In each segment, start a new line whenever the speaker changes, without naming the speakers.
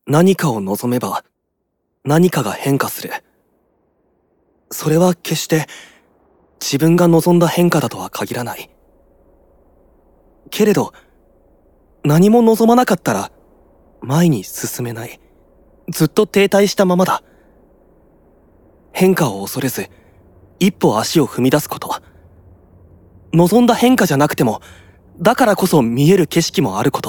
何かを望めば何かが変化する。それは決して自分が望んだ変化だとは限らない。けれど、何も望まなかったら前に進めない。ずっと停滞したままだ。変化を恐れず、一歩足を踏み出すこと。望んだ変化じゃなくても、だからこそ見える景色もあること。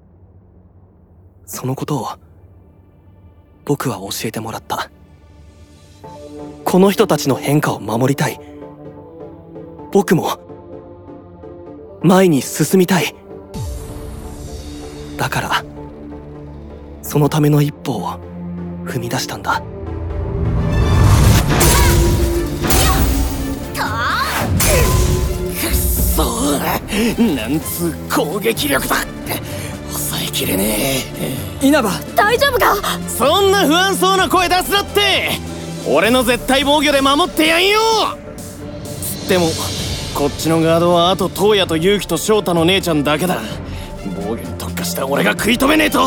そのことを、僕は教えてもらった。この人たちの変化を守りたい。僕も、前に進みたい。だから、そのための一歩を踏み出したんだ。
くっそー、なんつう攻撃力だ。抑えきれねえ。
稲葉、
大丈夫か？
そんな不安そうな声出すなって。俺の絶対防御で守ってやんよ。つってもこっちのガードはあと東野と勇気と翔太の姉ちゃんだけだ。防御に特化した俺が食い止めねえと。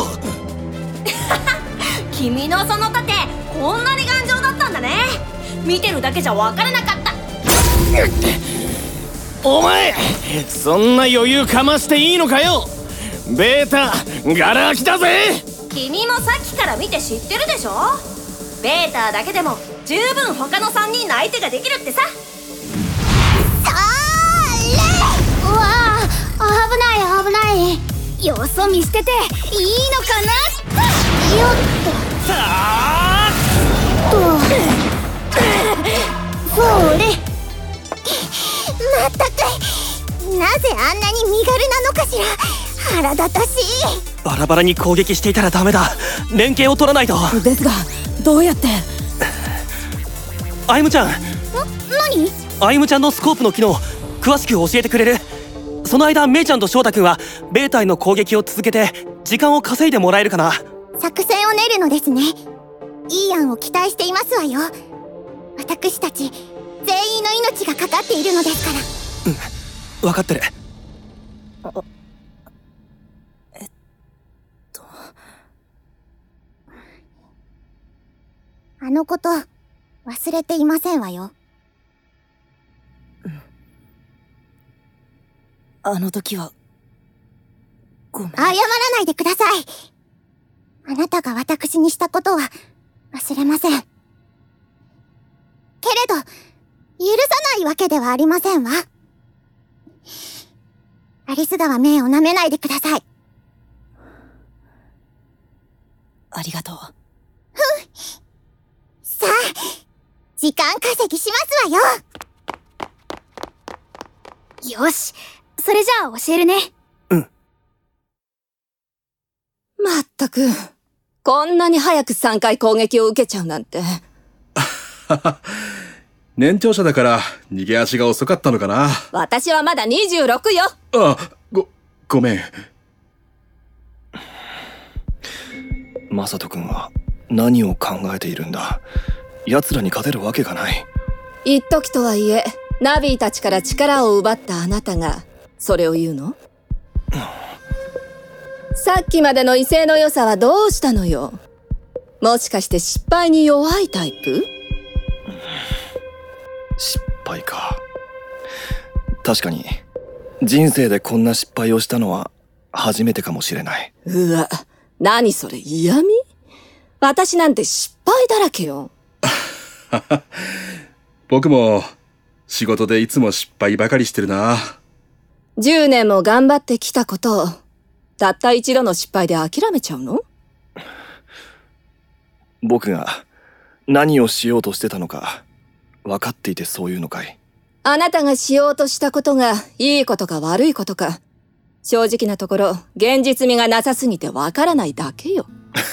君のその盾、こんなに頑丈だったんだね。見てるだけじゃ分からなかった。
お前、そんな余裕かましていいのかよ。ベータガラ空きだぜ。
君もさっきから見て知ってるでしょ。ベータだけでも十分他の3人の相手ができるってさ。
うわあ、危ない危ない。よそ見捨てていいのかな。よっとそれ。まったく、なぜあんなに身軽なのかしら。腹立たしい。
バラバラに攻撃していたらダメだ。連携を取らないと。
ですが、どうやって？
歩夢ちゃん。
何？
歩夢ちゃんのスコープの機能、詳しく教えてくれる？その間、メイちゃんと翔太君はベータへの攻撃を続けて時間を稼いでもらえるかな。
作戦を練るのですね。いい案を期待していますわよ。私たち全員の命がかかっているのですから。
分かってる。
あのこと忘れていませんわよ。
あの時はごめん。
謝らないでください。あなたが私にしたことは忘れません。けれど、許さないわけではありませんわ。アリス川メイを舐めないでください。
ありがとう。
さあ、時間稼ぎしますわよ。よし、それじゃあ教えるね。
うん。
まったく、こんなに早く3回攻撃を受けちゃうなんて。
年長者だから逃げ足が遅かったのかな。
私はまだ26よ。
ごめん。
マサト君は何を考えているんだ。奴らに勝てるわけがない。
一時とはいえ、ナビーたちから力を奪ったあなたがそれを言うの？さっきまでの威勢の良さはどうしたのよ。もしかして失敗に弱いタイプ？
失敗か。確かに人生でこんな失敗をしたのは初めてかもしれない。
うわ、何それ、嫌味？私なんて失敗だらけよ。
僕も仕事でいつも失敗ばかりしてるな。
10年も頑張ってきたことをたった一度の失敗で諦めちゃうの？
僕が何をしようとしてたのか分かっていてそういうのかい？
あなたがしようとしたことがいいことか悪いことか、正直なところ現実味がなさすぎてわからないだけよ。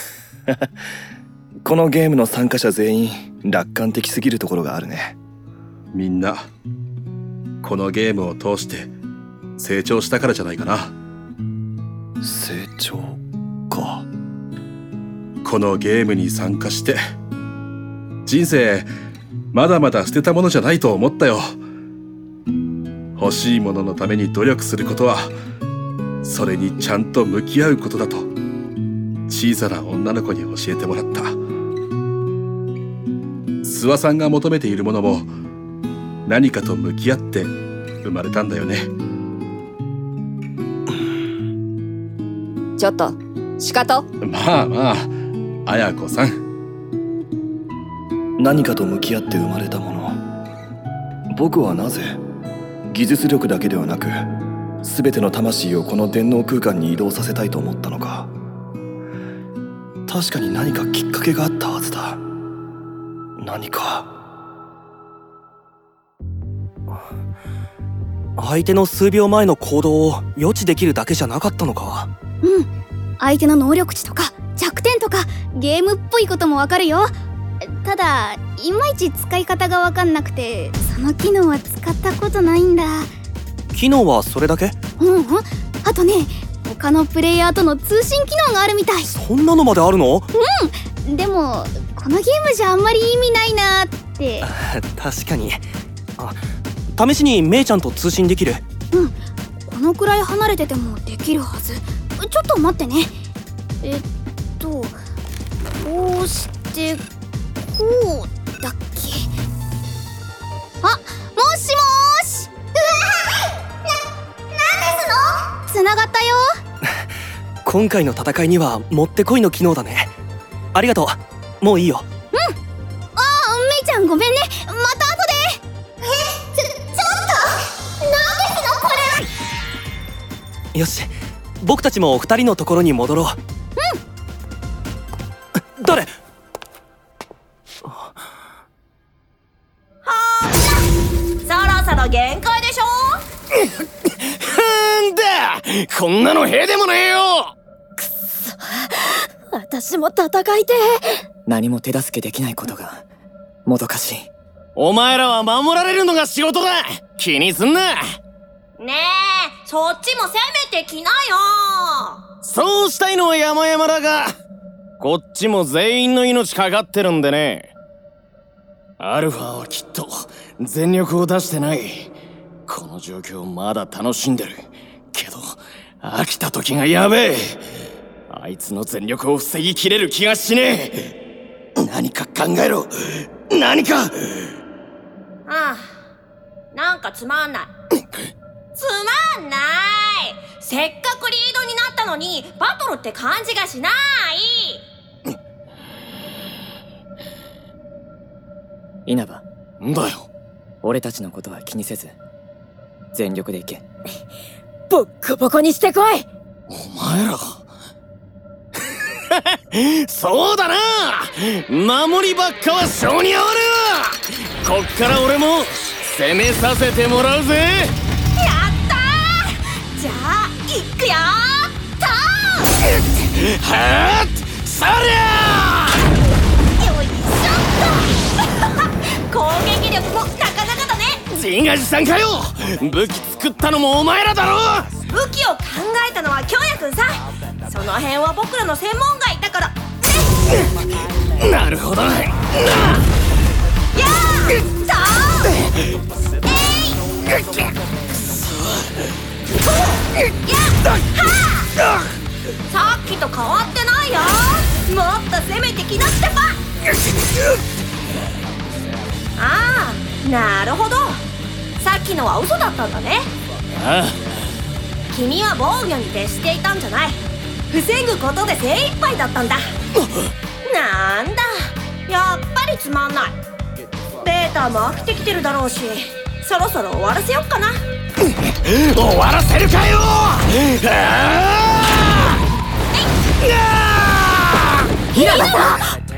このゲームの参加者全員楽観的すぎるところがあるね。
みんなこのゲームを通して成長したからじゃないかな。
成長か。
このゲームに参加して人生まだまだ捨てたものじゃないと思ったよ。欲しいもののために努力することはそれにちゃんと向き合うことだと。小小さな女の子に教えてもらった。諏訪さんが求めているものも何かと向き合って生まれたんだよね。
ちょっとしかと。
まあまあ、綾子さん。
何かと向き合って生まれたもの。僕はなぜ技術力だけではなく全ての魂をこの電脳空間に移動させたいと思ったのか。確かに何かきっかけがあったはずだ。何か。相手の数秒前の行動を予知できるだけじゃなかったのか。
うん、相手の能力値とか弱点とかゲームっぽいこともわかるよ。ただいまいち使い方がわかんなくて、その機能は使ったことないんだ。
機能はそれだけ？
あとね、他のプレイヤーとの通信機能があるみたい。
そんなのまであるの？
でもこのゲームじゃあんまり意味ないなって。
確かに。試しにメイちゃんと通信できる？
このくらい離れててもできるはず。ちょっと待ってね。こうしてこうだっけ。あ、もしもーし。なんですの？つながったよ。
今回の戦いにはもってこいの機能だね。ありがとう。もういいよ。
メイちゃんごめんね。また後で。ちょっとなんですのこれ。
よし、僕たちも2人のところに戻ろう。誰？
そろそろ限界でしょ。
なんだ、こんなのへでもねえよ。
私も戦いて。
何も手助けできないことがもどかしい。
お前らは守られるのが仕事だ。気にすんな。
ねえ、そっちも攻めてきなよ。
そうしたいのは山々だが、こっちも全員の命かかってるんでね。アルファはきっと全力を出してない。この状況まだ楽しんでるけど、飽きた時がやべえ。あいつの全力を防ぎきれる気がしねえ。何か考えろ。何か。
なんかつまんない。つまんない。せっかくリードになったのにバトルって感じがしない。
稲葉。
んだよ。
俺たちのことは気にせず全力でいけ。
ボッコボコにしてこい。
お前らそうだな。守りばっかは性に合わねえわ。こっから俺も攻めさせてもらうぜ。
やったー。じゃあいくよー。と
はーっそりゃ
ー。よいしょっと。攻撃力もなかなかだね。
自画自賛かよ。武器作ったのもお前らだろ。
武器を考えたのは京也くんさ。その辺は僕らの専門外だからね。
なるほどな。
やーたさっきと変わってないよ。もっと攻めてきなってば。なるほど。さっきのは嘘だったんだね。
ああ、
君は防御に徹していたんじゃない。防ぐことで精一杯だったんだ。なんだ、やっぱりつまんない。ベータも飽きてきてるだろうし、そろそろ終わらせよっかな。
終わらせるかよ。
稲葉さん。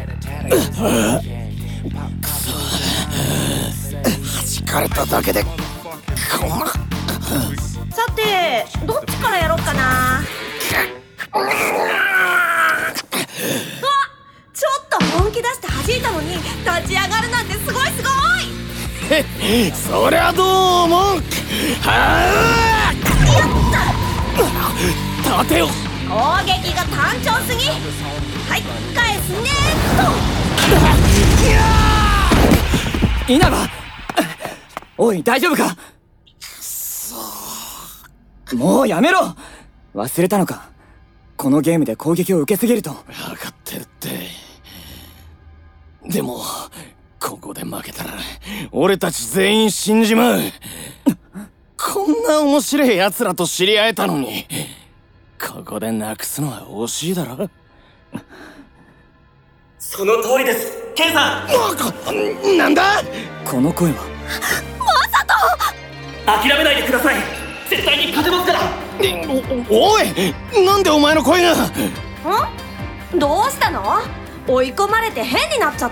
弾かれただけで
さて、どっちからやろうかな。ちょっと本気出して弾いたのに立ち上がるなんてすごいすごい。
そりゃどう思う。はあ、立てよ。
攻撃が単調すぎ。はい、返すねーっと。
稲葉。おい、大丈夫か。もうやめろ。忘れたのか。 このゲームで攻撃を受けすぎると。
分かってるって。でもここで負けたら俺たち全員死んじまう。こんな面白い奴らと知り合えたのに、ここでなくすのは惜しいだろ。
その通りです、ケンさん。
なんだ
この声は。
諦めないでください。絶対に勝てますから。
おい、なんでお前の声が。
どうしたの？追い込まれて変になっちゃった？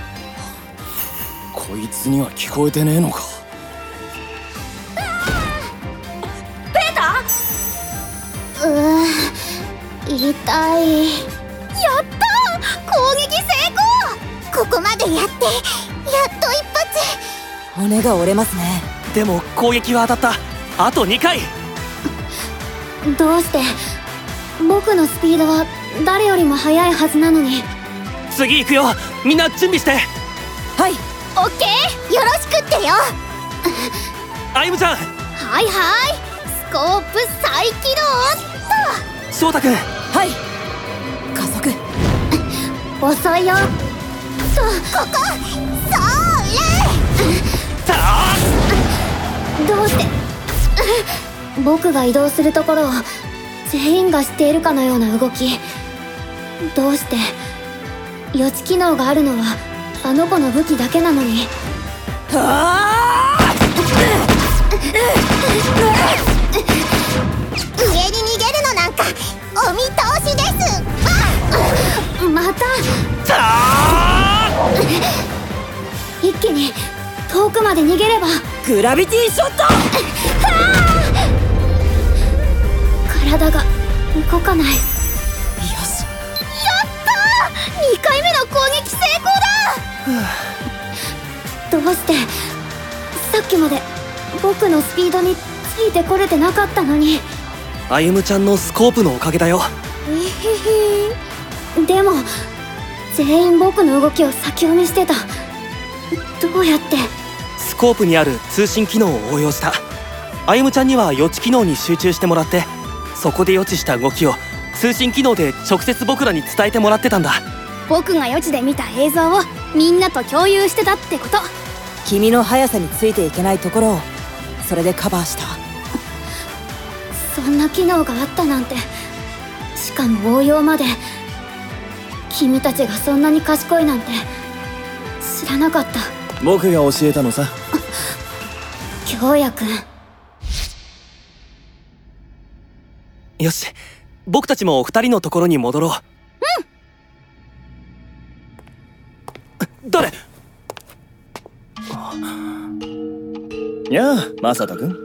こいつには聞こえてねえのか。
ペータ
痛い。やったー、攻撃成功。ここまでやってやっと一発。
骨が折れますね。
でも攻撃は当たった。あと2回。
どうして？僕のスピードは誰よりも速いはずなのに。
次行くよ、みんな準備して。
はい。
オッケー、よろしくってよ。
歩夢ちゃん。
はいはい、スコープ再起動っと。
翔太くん。
はい。加速。
遅いよ。ここ、それ。どうして僕が移動するところを全員が知っているかのような動き。どうして予知機能があるのはあの子の武器だけなのに。上に逃げるのなんかお見通しです。また一気に遠くまで逃げれば。
グラビティショット。
体が動かない。よ
し、
やったー、2回目の攻撃成功だ。どうしてさっきまで僕のスピードについてこれてなかったのに。
歩夢ちゃんのスコープのおかげだよ。
でも全員僕の動きを先読みしてた。どうやって？
スコープにある通信機能を応用した。歩夢ちゃんには予知機能に集中してもらって、そこで予知した動きを通信機能で直接僕らに伝えてもらってたんだ。
僕が予知で見た映像をみんなと共有してたってこと。
君の速さについていけないところをそれでカバーした。
そんな機能があったなんて。しかも応用まで。君たちがそんなに賢いなんて知らなかった。
僕が教えたのさ。
京也くん。
よし、僕たちも2人のところに戻ろう。誰？
やあ、マサト君。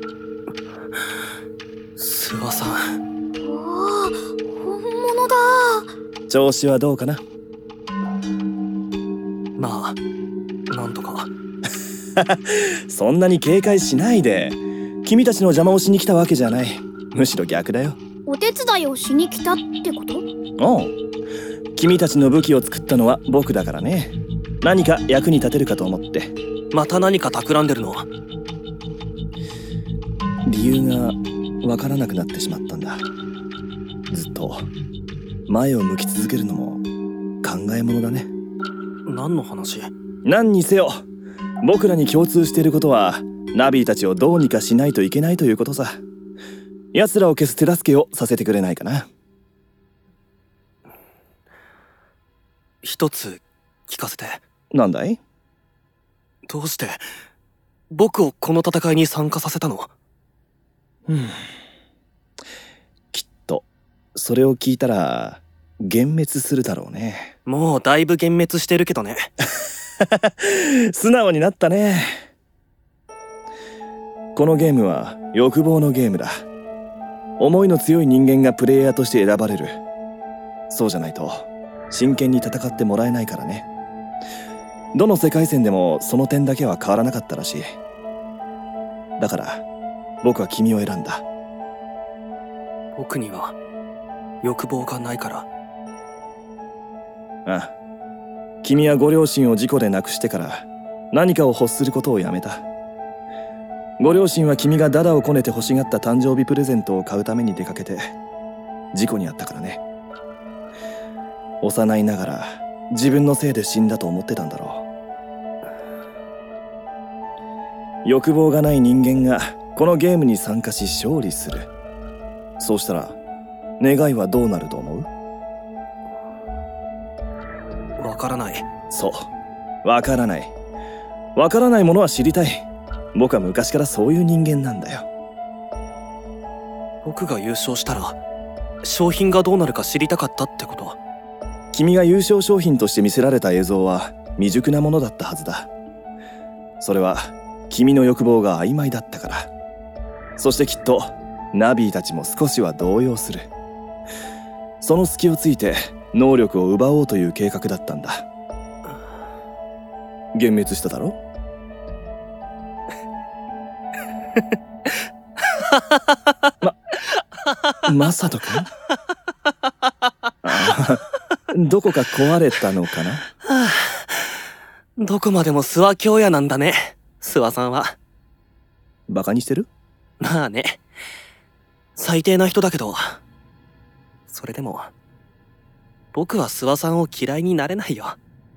諏訪さん。
おお、本物だ。
調子はどうかな？
まあ、なんとか。
そんなに警戒しないで。君たちの邪魔をしに来たわけじゃない。むしろ逆だよ。
お手伝いをしに来たってこと？
おう。君たちの武器を作ったのは僕だからね。何か役に立てるかと思って。
また何か企んでるの？
理由がわからなくなってしまったんだ。ずっと前を向き続けるのも考えものだね。
何の話？
何にせよ僕らに共通していることは、ナビーたちをどうにかしないといけないということさ。奴らを消す手助けをさせてくれないかな。
一つ聞かせて。
なんだい？
どうして僕をこの戦いに参加させたの？
きっとそれを聞いたら幻滅するだろうね。
もうだいぶ幻滅してるけどね。
素直になったね。このゲームは欲望のゲームだ。思いの強い人間がプレイヤーとして選ばれる。そうじゃないと真剣に戦ってもらえないからね。どの世界線でもその点だけは変わらなかったらしい。だから僕は君を選んだ。
僕には欲望がないから？
ああ、君はご両親を事故で亡くしてから何かを欲することをやめた。ご両親は君がダダをこねて欲しがった誕生日プレゼントを買うために出かけて、
事故に遭ったからね。幼いながら自分のせいで死んだと思ってたんだろう。欲望がない人間がこのゲームに参加し勝利する。そうしたら願いはどうなると思う？
わからない。
そう、わからない。わからないものは知りたい。僕は昔からそういう人間なんだよ。
僕が優勝したら商品がどうなるか知りたかったってこと？
君が優勝商品として見せられた映像は未熟なものだったはずだ。それは君の欲望が曖昧だったから。そしてきっとナビーたちも少しは動揺する。その隙をついて能力を奪おうという計画だったんだ。幻滅しただろ？マサト君？どこか壊れたのかな？
どこまでも諏訪京也なんだね、諏訪さんは。
バカにしてる？
まあね。最低な人だけど、それでも、僕は諏訪さんを嫌いになれないよ。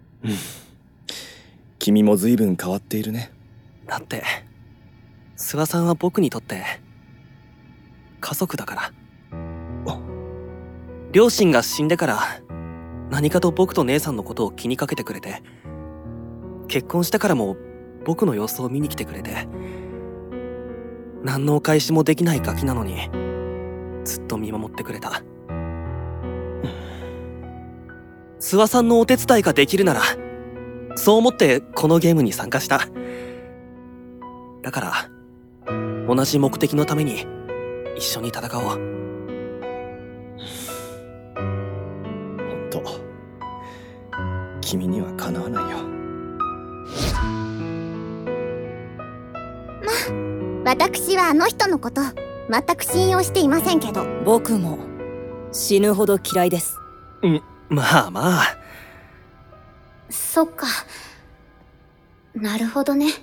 君も随分変わっているね。
だって、諏訪さんは僕にとって、家族だから。両親が死んでから、何かと僕と姉さんのことを気にかけてくれて、結婚してからも僕の様子を見に来てくれて、何のお返しもできないガキなのに、ずっと見守ってくれた。諏訪さんのお手伝いができるなら、そう思ってこのゲームに参加した。だから、同じ目的のために一緒に戦おう。
ほんと、君にはかなわないよ。
私はあの人のこと全く信用していませんけど。
僕も死ぬほど嫌いです。
まあまあ。
そっか。なるほどね。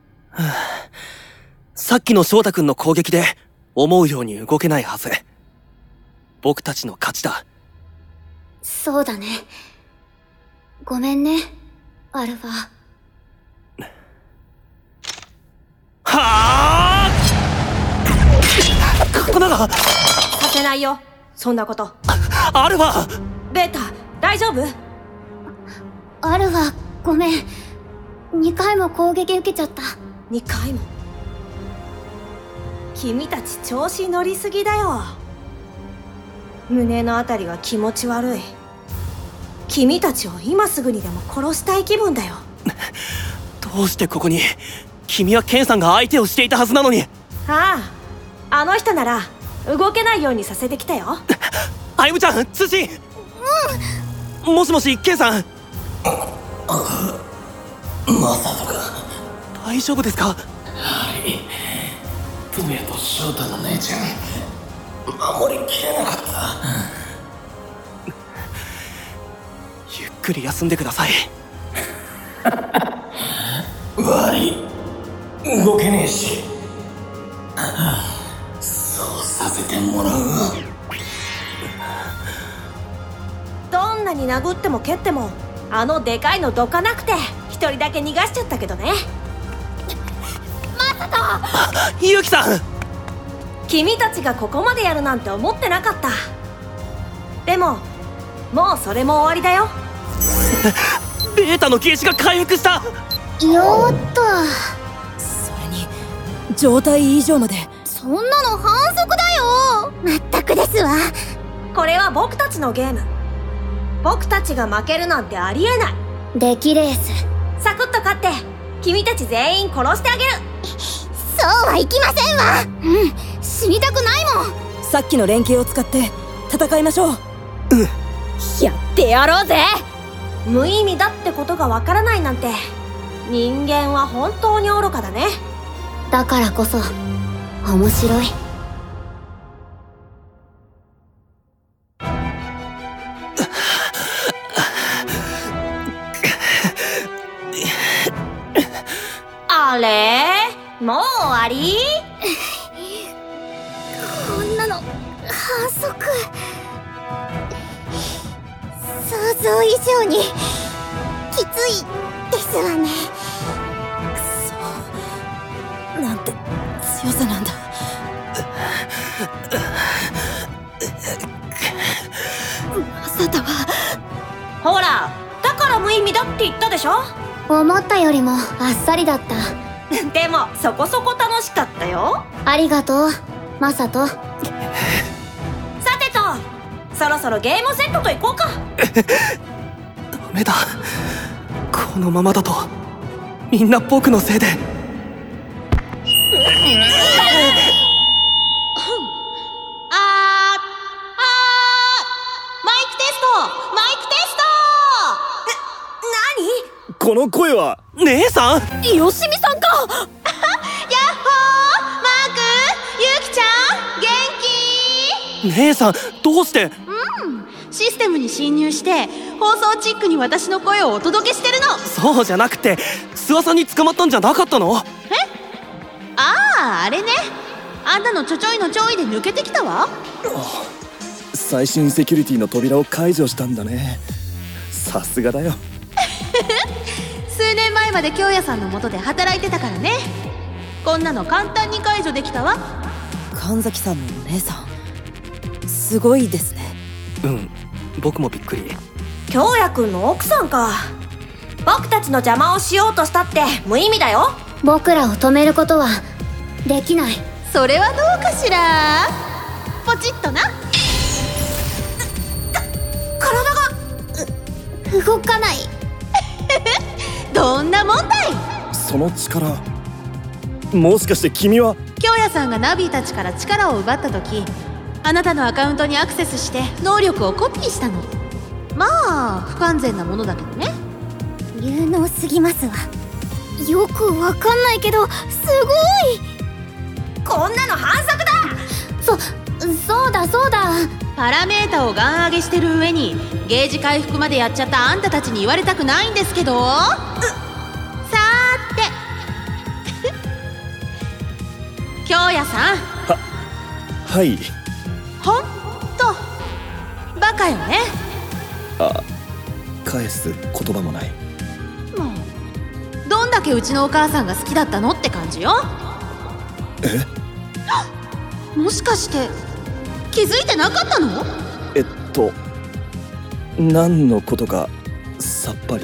さっきの翔太くんの攻撃で思うように動けないはず。僕たちの勝ちだ。
そうだね。ごめんね、アルファ。
はあ！刀が！
させないよ、そんなこと。
アルファ！
ベータ、大丈夫？
アルファ、ごめん。2回も攻撃受けちゃった。
2回も？君たち調子乗りすぎだよ。胸のあたりが気持ち悪い。君たちを今すぐにでも殺したい気分だよ。
どうしてここに？君はケンさんが相手をしていたはずなのに。
ああ、あの人なら動けないようにさせてきたよ。
歩夢ちゃん、通信。もしもし、ケンさん。
マサトか。
大丈夫ですか？
はい。トメと翔太の姉ちゃん、守りきれなかった。
ゆっくり休んでください。
悪い。動けねえし。そうさせてもらう。
どんなに殴っても蹴ってもあのでかいのどかなくて一人だけ逃がしちゃったけどね。
マサト！
ユキさん！
君たちがここまでやるなんて思ってなかった。でももうそれも終わりだよ。
ベータのゲージが回復した。
よーっと。
それに状態異常まで。
そんなの反則だよ。まったくですわ。
これは僕たちのゲーム。僕たちが負けるなんてありえない。
出来レース。
サクッと勝って君たち全員殺してあげる。
そうはいきませんわ。死にたくないもん。
さっきの連携を使って戦いましょう。
やってやろうぜ。
無意味だってことがわからないなんて人間は本当に愚かだね。
だからこそ面白い。
あれ？もう終わり？
こんなの反則。 想以上にきついですわね。
なんて強さなんだ。マサタは
ほら、だから無意味だって言ったでしょ。
思ったよりもあっさりだった。
でもそこそこ楽しかったよ。
ありがとうマサト。
さてと、そろそろゲームセットと行こうか。
ダメだ、このままだとみんな僕のせいで。
この声は
姉さん。
よしみさんか。
やっほー、マーク、ゆきちゃん、元気？
姉さん、どうして？
システムに侵入して放送チックに私の声をお届けしてるの。
そうじゃなくて、諏訪さんに捕まったんじゃなかったの？
ああ、あれね。あんたのちょちょいのちょいで抜けてきたわ。
最新セキュリティの扉を解除したんだね。さすがだよ。
数年前まで京也さんの下で働いてたからね。こんなの簡単に解除できたわ。
神崎さんのお姉さん、すごいですね。
うん、僕もびっくり。
京也くんの奥さんか。僕たちの邪魔をしようとしたって無意味だよ。
僕らを止めることはできない。
それはどうかしら。ポチッとな。
体が
動かない。
どんな問題？
その力、もしかして君は？
京也さんがナビーたちから力を奪った時、あなたのアカウントにアクセスして能力をコピーしたの。まあ不完全なものだけどね。
有能すぎますわ。よくわかんないけどすごい。
こんなの反則だ。
そうだ
パラメータをガン上げしてる上にゲージ回復までやっちゃったあんたたちに言われたくないんですけど。さーて京也さん。
はい。
ほんとバカよね。
返す言葉もない。
もうどんだけうちのお母さんが好きだったのって感じよ。もしかして気づいてなかったの？
何のことかさっぱり。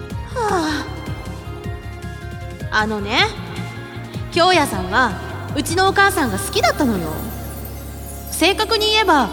あのね、京也さんはうちのお母さんが好きだったのよ。正確に言えば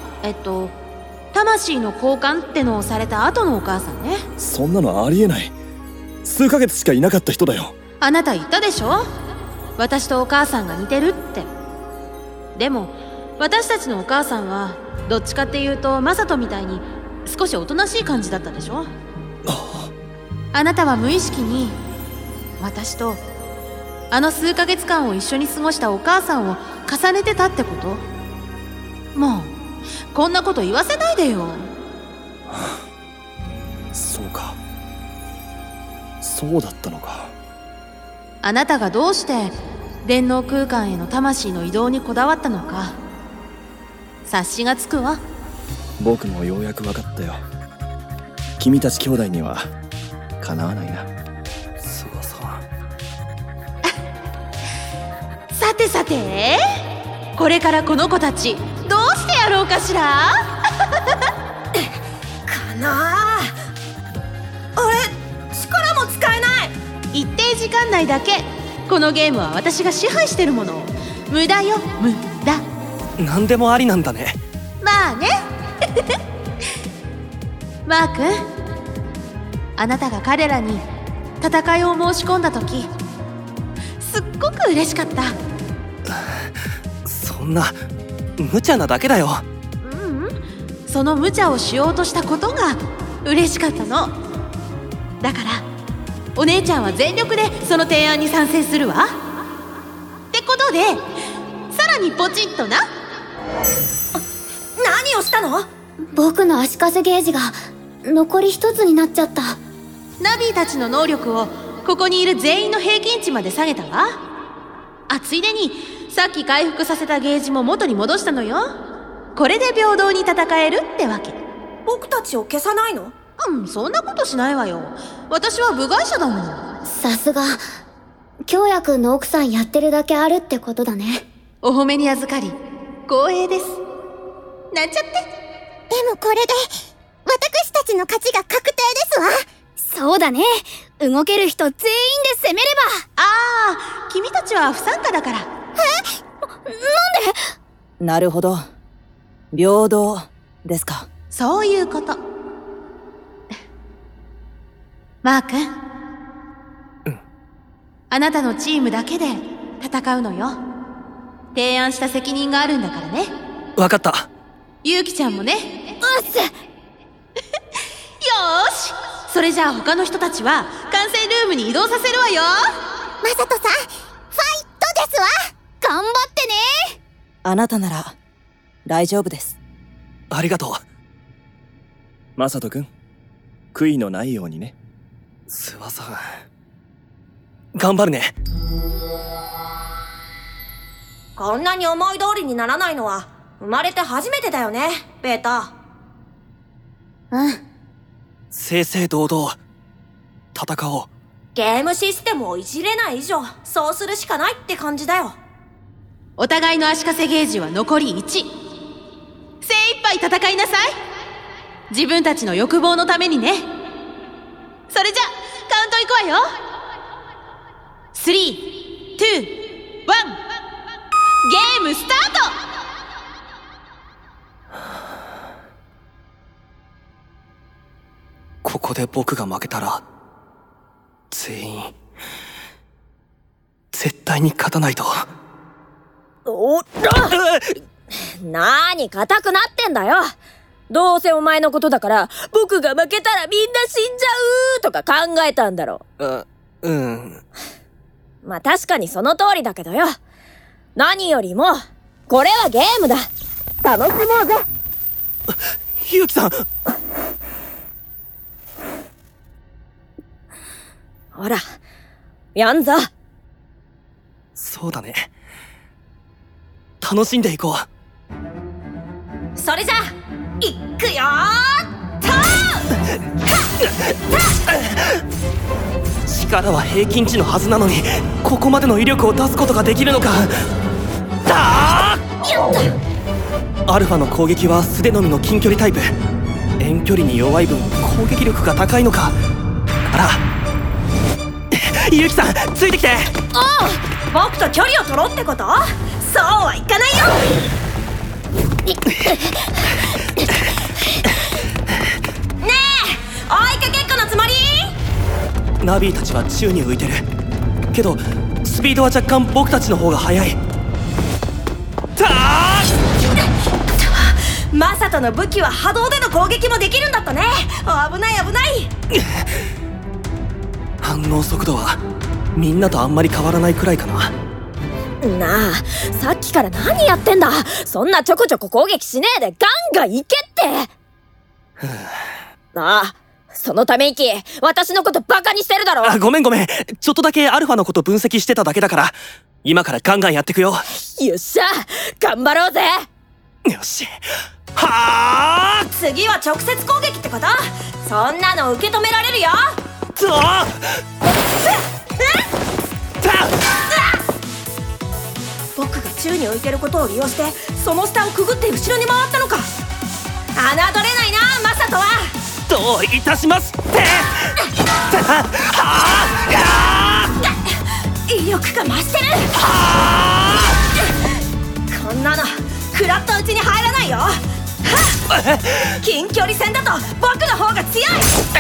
魂の交換ってのをされた後のお母さんね。
そんなのありえない。数ヶ月しかいなかった人だよ。
あなた言ったでしょ、私とお母さんが似てるって。でも私たちのお母さんはどっちかっていうとマサトみたいに少しおとなしい感じだったでしょ。あなたは無意識に私とあの数ヶ月間を一緒に過ごしたお母さんを重ねてたってこと？もうこんなこと言わせないでよ。
そうか、そうだったのか。
あなたがどうして電脳空間への魂の移動にこだわったのか察しがつくわ。
僕もようやく分かったよ。君たち兄弟にはかなわないな。
諏訪さん。
さてさて、これからこの子たちどうしてやろうかしら。
かなあ。あれ、力も使えない。
一定時間内だけ。このゲームは私が支配してるもの。無駄よ、無駄。
何でもありなんだね。
まあね。マー君、あなたが彼らに戦いを申し込んだ時すっごく嬉しかった。
そんな無茶なだけだよ。
その無茶をしようとしたことが嬉しかったの。だからお姉ちゃんは全力でその提案に賛成するわ。ってことでさらにポチッとな。
何をしたの？
僕の足かせゲージが残り一つになっちゃった。
ナビーたちの能力をここにいる全員の平均値まで下げたわ。ついでにさっき回復させたゲージも元に戻したのよ。これで平等に戦えるってわけ。
僕たちを消さないの？
そんなことしないわよ。私は部外者だもん。
さすが京也くんの奥さんやってるだけあるってことだね。
お褒めに預かり光栄です。なんちゃって。
でもこれで私たちの勝ちが確定ですわ。そうだね。動ける人全員で攻めれば。
ああ、君たちは不参加だから。
なんで？
なるほど。平等ですか。
そういうこと。マー君。あなたのチームだけで戦うのよ。提案した責任があるんだからね。
わかった。
ゆうきちゃんもね。
うっす。
よーし、それじゃあ他の人たちは観戦ルームに移動させるわよ。
マサトさん、ファイトですわ。頑張ってね。
あなたなら大丈夫です。
ありがとう。
マサト君、悔いのないようにね。
諏訪さん、頑張るね。
こんなに思い通りにならないのは生まれて初めてだよね、ベータ。
うん。
正々堂々戦おう。
ゲームシステムをいじれない以上そうするしかないって感じだよ。
お互いの足かせゲージは残り1。精一杯戦いなさい。自分たちの欲望のためにね。それじゃカウントいくわよ。3、2、1、ゲームスタート。
ここで僕が負けたら全員絶対に勝たないと。
おっなーに固くなってんだよ。どうせお前のことだから僕が負けたらみんな死んじゃうとか考えたんだろ。
うん。
まあ確かにその通りだけどよ。何よりもこれはゲームだ。楽しもうぜ。
ゆうきさん。
ほらやんぞ。
そうだね。楽しんでいこう。
それじゃいくよーと
力は平均値のはずなのにここまでの威力を出すことができるのか。アルファの攻撃は素手のみの近距離タイプ。遠距離に弱い分攻撃力が高いのか。だからゆうきさんついてきて。
おう、僕と距離を取ろうってこと？そうはいかないよ。ねえ、追いかけっこのつもり？
ナビーたちは宙に浮いてるけどスピードは若干僕たちの方が速い。
マサトの武器は波動での攻撃もできるんだったね。危ない危ない。
反応速度はみんなとあんまり変わらないくらいかな。
なあ、さっきから何やってんだ。そんなちょこちょこ攻撃しねえでガンガンいけって。ああ、そのため息私のことバカにしてるだろ。
ごめんちょっとだけアルファのこと分析してただけだから今からガンガンやってくよ。
よっしゃ頑張ろうぜ。
よし。はあ、
次は直接攻撃ってこと？そんなの受け止められるよ。僕が宙に浮いてることを利用してその下をくぐって後ろに回ったのか。侮れないなマサトは。
どういたしますって。
威力が増してる。こんなの食らったうちに入らないよ。近距離戦だと僕の方が強い。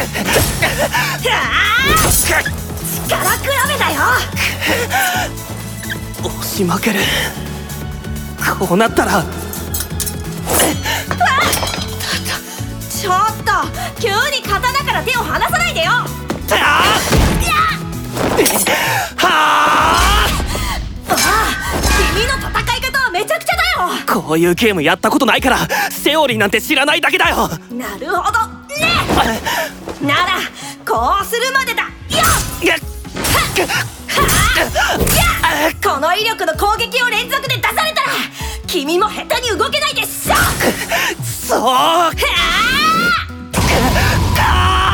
力比べだよ。
押し負ける。こうなったら
ちょっと急に刀から手を離さないでよ。君の戦い方はめちゃくちゃだよ。
こういうゲームやったことないからセオリーなんて知らないだけだよ。
なるほどね。ならこうするまでだよ。この威力の攻撃を連続で出されたら君も下手に動けないでしょ。
そう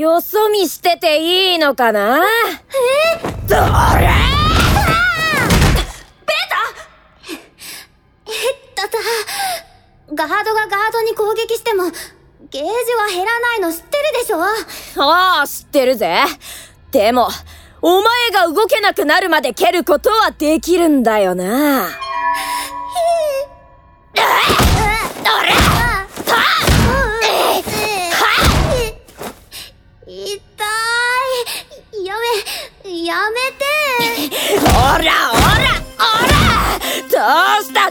よそ見してていいのかな？どれ？
ガードがガードに攻撃しても、ゲージは減らないの知ってるでしょ？
ああ、知ってるぜ。でも、お前が動けなくなるまで蹴ることはできるんだよな。
痛い。やめて。
おらどうした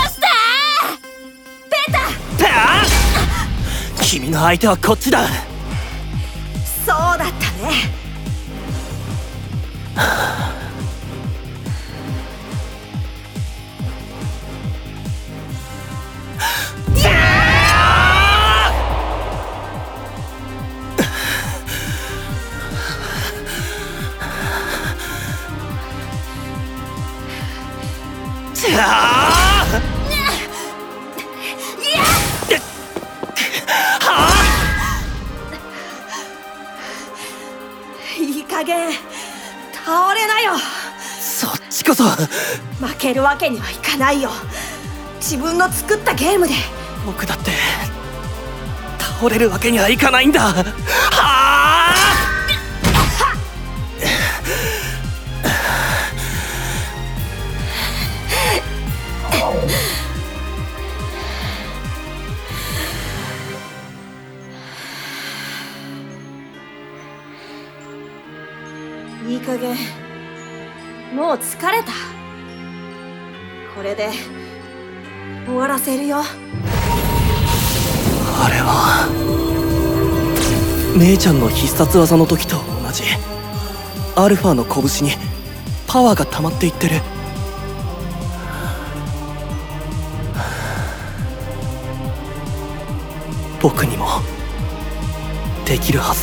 君の相手はこっちだ。
そうだったね。いい加減倒れなよ。
そっちこそ。
負けるわけにはいかないよ。自分の作ったゲームで。
僕だって倒れるわけにはいかないんだ。はあ！
いい加減もう疲れた。これで終わらせるよ。
あれは姉ちゃんの必殺技の時と同じ。アルファの拳にパワーが溜まっていってる。僕にもできるはず。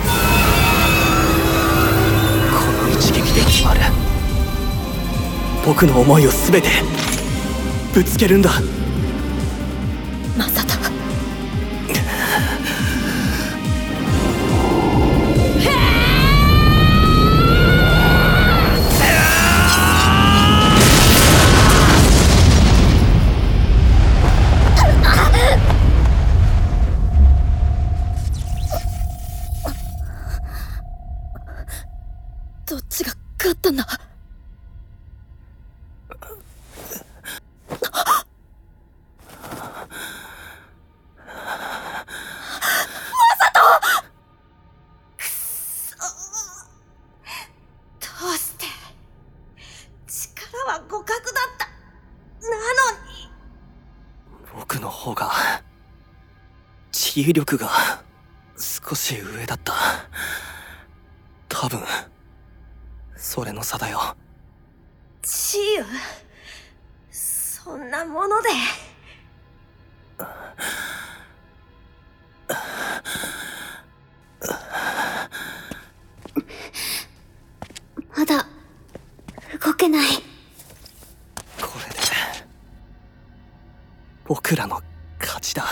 この一撃で決まる。僕の思いを全てぶつけるんだ。
マサト。どっちが勝ったんだ？
僕の方が治癒力が少し上だった。多分それの差だよ。
治癒？そんなもので。
まだ動けない。
これで僕らの勝ちだ。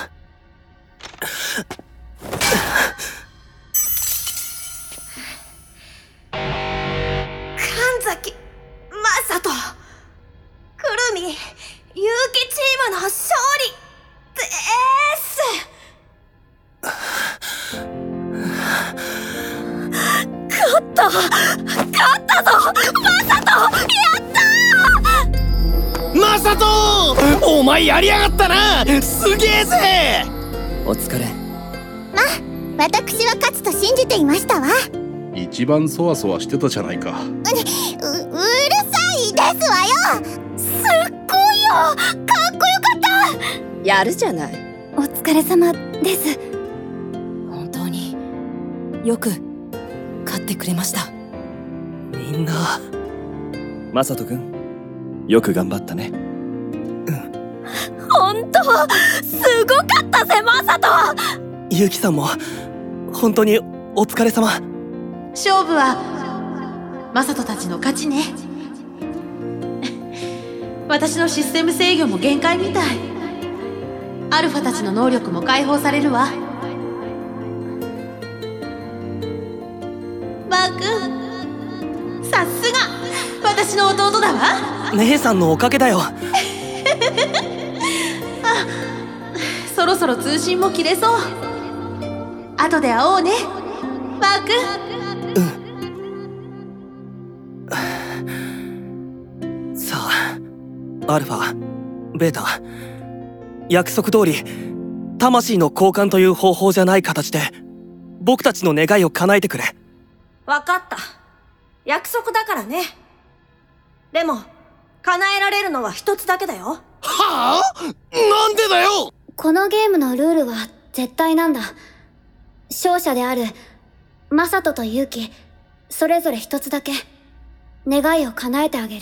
神崎、マサト、くるみ、結城チームの勝利で
ーす。勝ったぞマサト。やった
ーマサト、お前やりやがったな。すげえぜ。
お疲れ。
私は勝つと信じていましたわ。
一番そわそわしてたじゃないか。
うるさいですわよ。すっごいよ。かっこよかった。
やるじゃない。
お疲れ様です。
本当によく勝ってくれました。
みんな。
マサト君、よく頑張ったね。
本当すごかったぜマサト。
ユキさんも本当にお疲れ様。
勝負はマサトたちの勝ちね。私のシステム制御も限界みたい。アルファたちの能力も解放されるわ。 ー君、さすが私の弟だわ。
姉さんのおかげだよ。
そろそろ通信も切れそう。後で会おうね、マー君。
さあ、アルファ、ベータ、約束通り魂の交換という方法じゃない形で僕たちの願いを叶えてくれ。
わかった。約束だからね。でも叶えられるのは一つだけだよ。
はあ？なんでだよ。
このゲームのルールは絶対なんだ。勝者であるマサトとユウキ、それぞれ一つだけ願いを叶えてあげる。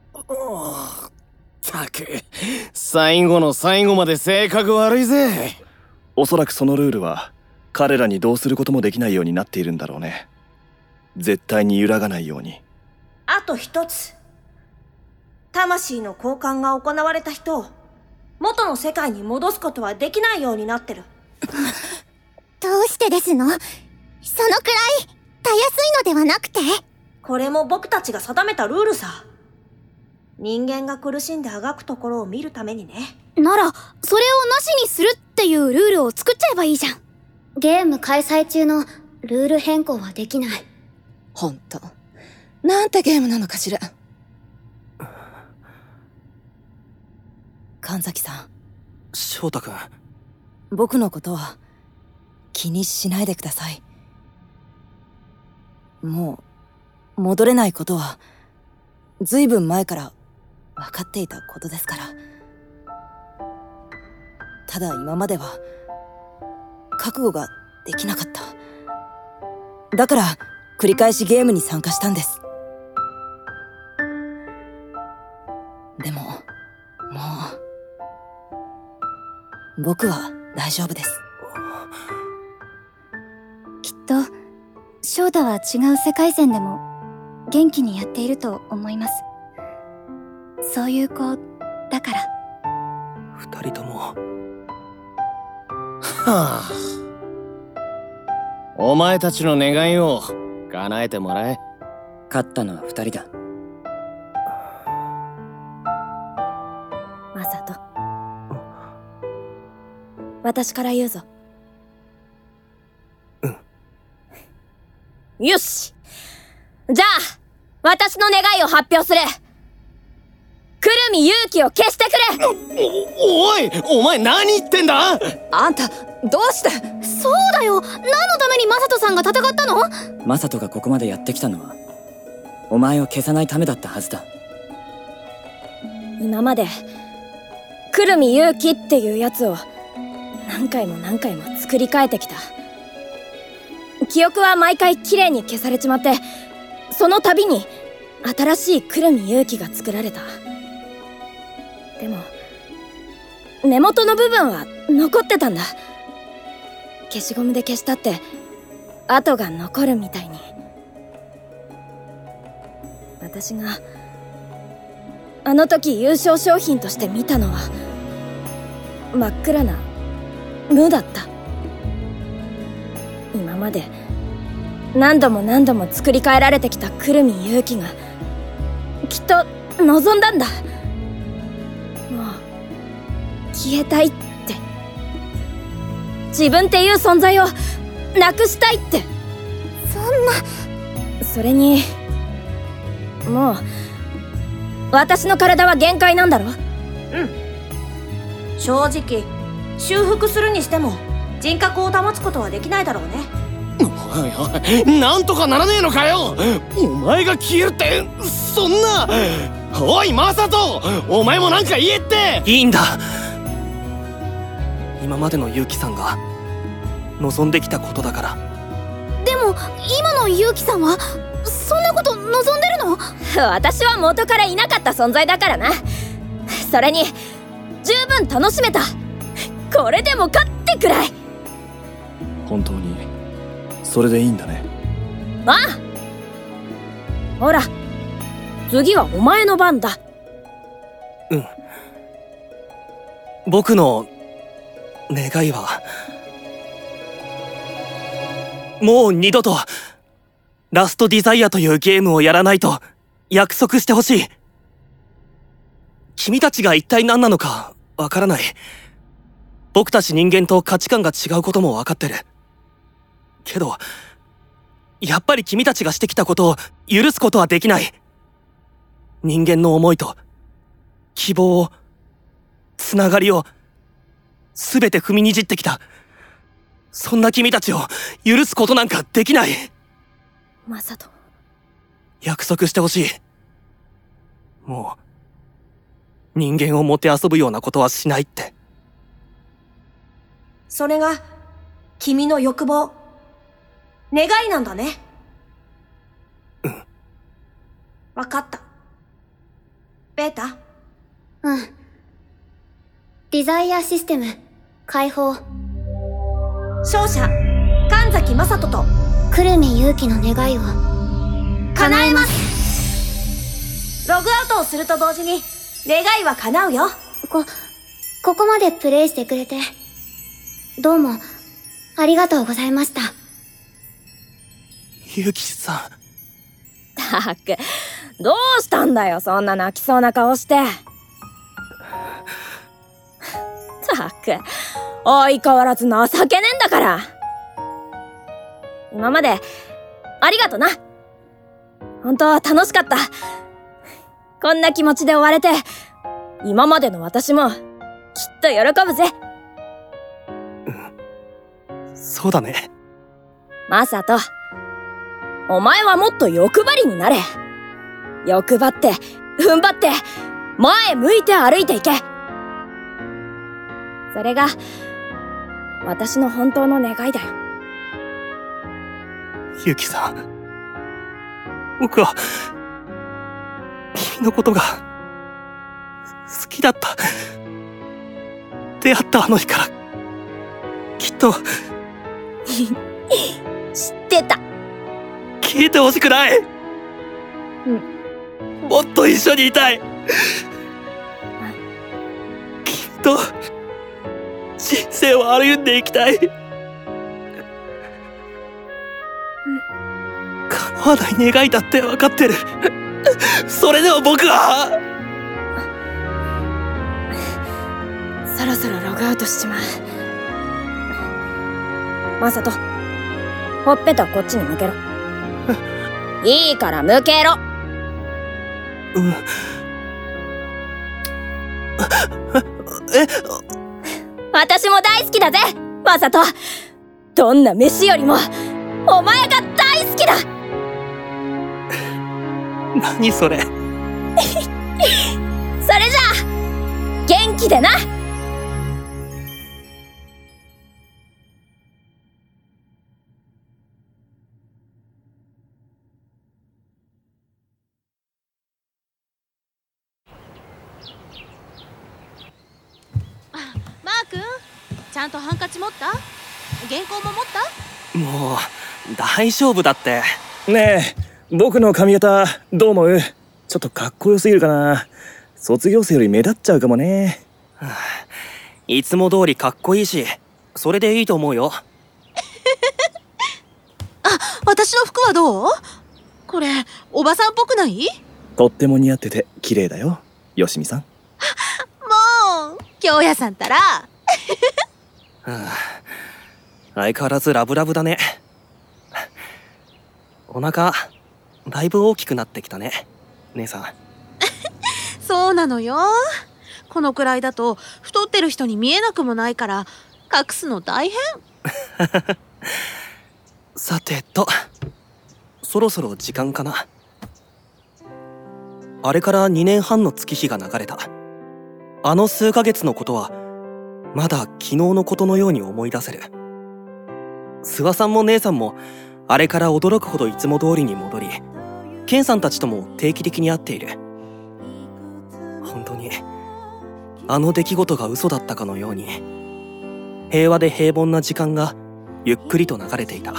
ったく、最後の最後まで性格悪いぜ。
おそらくそのルールは彼らにどうすることもできないようになっているんだろうね。絶対に揺らがないように。
あと一つ。魂の交換が行われた人を元の世界に戻すことはできないようになってる。
どうしてですの？そのくらいたやすいのではなくて？
これも僕たちが定めたルールさ。人間が苦しんであがくところを見るためにね。
なら、それをなしにするっていうルールを作っちゃえばいいじゃん。ゲーム開催中のルール変更はできない。
ほんと。なんてゲームなのかしら。
神崎さん。
翔太くん。
僕のことは気にしないでください。もう戻れないことはずいぶん前から分かっていたことですから。ただ今までは覚悟ができなかった。だから繰り返しゲームに参加したんです。でももう僕は大丈夫です。
きっと翔太は違う世界線でも元気にやっていると思います。そういう子だから。
二人とも。
はあ。お前たちの願いを叶えてもらえ。
勝ったのは二人だ。
マサト、私から言うぞ。よし、じゃあ私の願いを発表する。くるみ勇気を消してくれ。
おい、お前何言ってんだ。
あんたどうして。
そうだよ、何のためにマサトさんが戦ったの？
マサトがここまでやってきたのはお前を消さないためだったはずだ。
今までくるみ勇気っていうやつを何回も何回も作り変えてきた。記憶は毎回綺麗に消されちまって、その度に新しいくるみ勇気が作られた。でも根元の部分は残ってたんだ。消しゴムで消したって跡が残るみたいに。私があの時優勝商品として見たのは真っ暗な無だった。今まで何度も何度も作り変えられてきたくるみ勇気がきっと望んだんだ。もう消えたいって、自分っていう存在をなくしたいって。
そんな。
それにもう私の体は限界なんだろ。
うん。正直修復するにしても人格を保つことはできないだろうね。
おいおい、なんとかならねえのかよ。お前が消えるってそんな。おいマサト、お前もなんか言えって。
いいんだ。今までのユウキさんが望んできたことだから。
でも今のユウキさんはそんなこと望んでるの？
私は元からいなかった存在だからな。それに十分楽しめた。これでもかってくらい。
本当にそれでいいんだね。
ああ、ほら次はお前の番だ。
うん。僕の願いはもう二度とラストディザイアというゲームをやらないと約束してほしい。君たちが一体何なのかわからない。僕たち人間と価値観が違うこともわかってる。けど、やっぱり君たちがしてきたことを許すことはできない。人間の思いと希望を、つながりをすべて踏みにじってきた。そんな君たちを許すことなんかできない。
マサト、
約束してほしい。もう人間をもてあそぶようなことはしないって。
それが君の欲望、願いなんだね。
うん。
わかった。ベータ。
うん。デザイアシステム解放。
勝者神崎雅人と
久留米勇気の願いを
叶えます。ログアウトをすると同時に願いは叶うよ。
ここまでプレイしてくれてどうもありがとうございました。
勇気さん。
たく、どうしたんだよ、そんな泣きそうな顔して。たく、相変わらず情けねえんだから。今までありがとな。本当は楽しかった。こんな気持ちで終われて、今までの私もきっと喜ぶぜ。
そうだね。
マサト、お前はもっと欲張りになれ。欲張って、踏ん張って、前向いて歩いていけ。それが、私の本当の願いだよ。
ユキさん。僕は、君のことが、好きだった。出会ったあの日から、きっと、
知ってた。
消えてほしくない。もっと一緒にいたい。君と人生を歩んでいきたい。叶わない願いだって分かってる。それでも僕は
そろそろログアウトしちまう。マサト、ほっぺたこっちに向けろ。いいから向けろ。私も大好きだぜ、マサト。どんな飯よりもお前が大好きだ。
何それ。
それじゃあ元気でな。
マー君、ちゃんとハンカチ持った？原稿も持った？
もう大丈夫だって。
ねえ、僕の髪型どう思う？ちょっとかっこよすぎるかな。卒業生より目立っちゃうかもね。
いつも通りかっこいいし、それでいいと思うよ。
あ、私の服はどう？これおばさんっぽくない？
とっても似合ってて綺麗だよ、よしみさん。
もう京也さんたら。
相変わらずラブラブだね。お腹だいぶ大きくなってきたね、姉さん。
そうなのよ。このくらいだと太ってる人に見えなくもないから隠すの大変。
さてと、そろそろ時間かな。あれから2年半の月日が流れた。あの数ヶ月のことはまだ昨日のことのように思い出せる。諏訪さんも姉さんもあれから驚くほどいつも通りに戻り、ケンさんたちとも定期的に会っている。本当にあの出来事が嘘だったかのように、平和で平凡な時間がゆっくりと流れていた。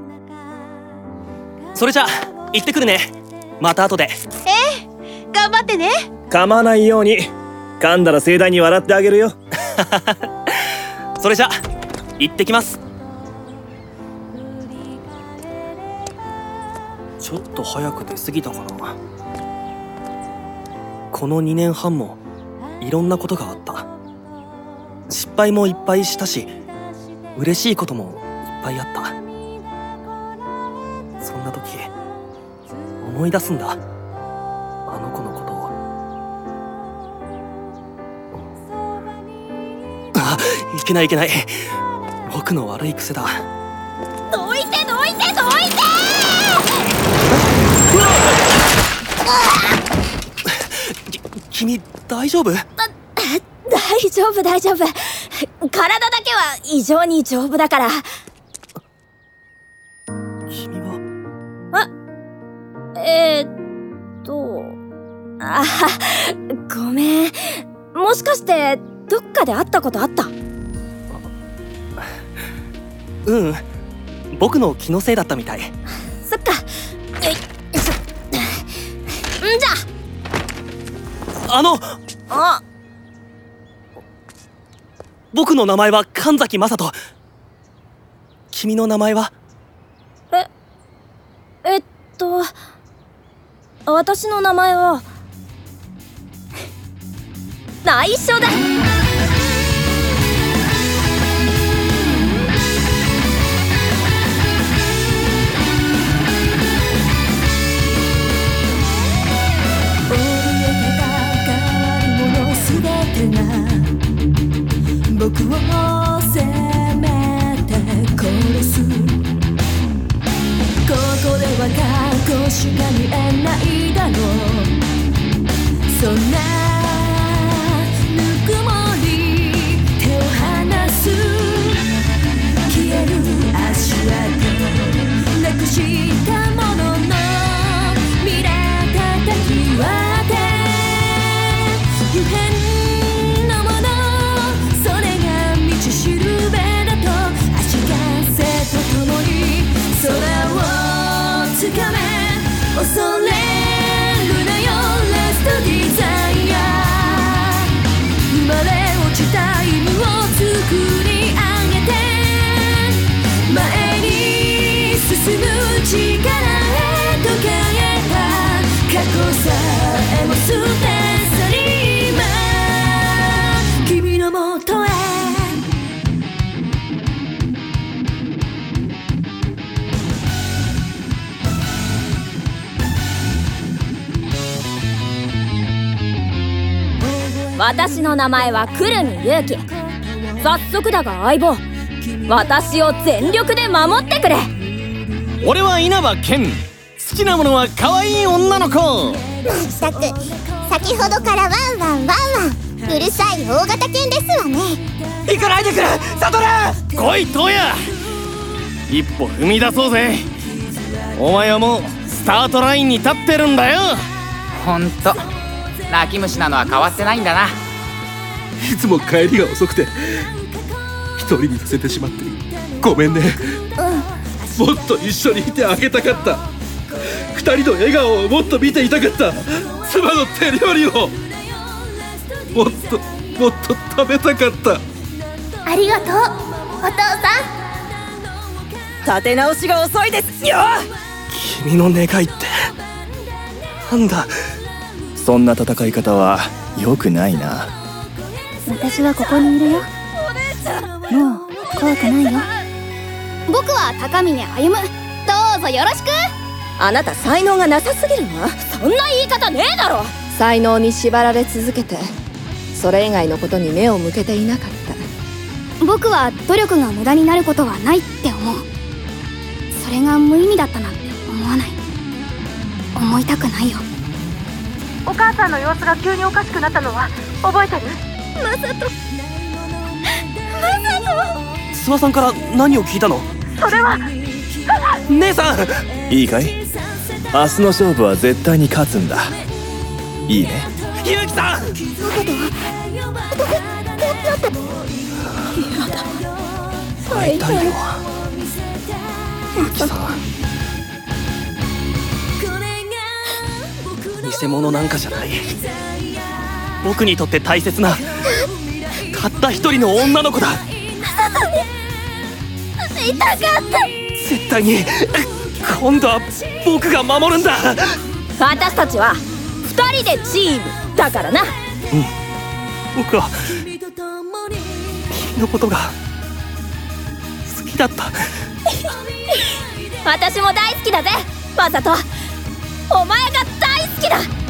それじゃ行ってくるね。また後で。
頑張ってね。
噛まないように。噛んだら盛大に笑ってあげるよ。
それじゃ行ってきます。 ちょっと早く出過ぎたかな。この2年半もいろんなことがあった。失敗もいっぱいしたし、嬉しいこともいっぱいあった。そんな時思い出すんだ、あの子のことを。あ、いけないいけない、僕の悪い癖だ。
どいてどいてどいて
君大丈夫？
大丈夫大丈夫。体だけは異常に丈夫だから。
君は？
あ、ごめん。もしかしてどっかで会ったことあった？
うん、僕の気のせいだったみたい。
そっか。じゃあ
僕の名前は神崎雅人。君の名前は？
私の名前は内緒だ。
僕を責めて殺す。ここでは過去しか見えないだろう。そんなぬくもり手を離す。消える足跡なくしたものの見らたたき割って不変のもの、それが道しるべだと足かせとともに空をつかめ。恐れるなよラストディザイア。生まれ落ちた犬を作り上げて前に進む力へと変えた。過去さえも捨て去り今君のもとへ。
私の名前は久留美勇気。早速だが相棒、私を全力で守ってくれ。
俺は稲葉健。好きなものは可愛い女の子。
まったく先ほどからワンワンワンワンうるさい大型犬ですわね。
行かないでくれサトル。来いトヤ、一歩踏み出そうぜ。お前はもうスタートラインに立ってるんだよ。
ほんと泣き虫なのは変わってないんだな。
いつも帰りが遅くて一人にさせてしまってごめんね。もっと一緒にいてあげたかった。二人の笑顔をもっと見ていたかった。妻の手料理をもっと食べたかった。
ありがとうお父さん。
立て直しが遅いですよ。
君の願いってなんだ。
そんな戦い方は良くないな。
私はここにいるよ。もう怖くないよ。僕は高峰歩。どうぞよろしく。
あなた才能がなさすぎるわ。
そんな言い方ねえだろ。
才能に縛られ続けてそれ以外のことに目を向けていなかった。
僕は努力が無駄になることはないって思う。それが無意味だったなんて思わない。思いたくないよ。
お母さんの様子が急におかしくなったのは覚えてる？
マサト
諏訪さんから何を聞いたの？
それは
姉さ
ん。いいかい、明日の勝負は絶対に勝つんだ。いいね。
ゆうきさん。会いたいよゆうきさん。偽物なんかじゃない。僕にとって大切なたった一人の女の子だ。
痛かった。
絶対に今度は僕が守るんだ。
私たちは2人でチームだからな。
僕は君のことが好きだった。
私も大好きだぜマサト。お前が大好きだ。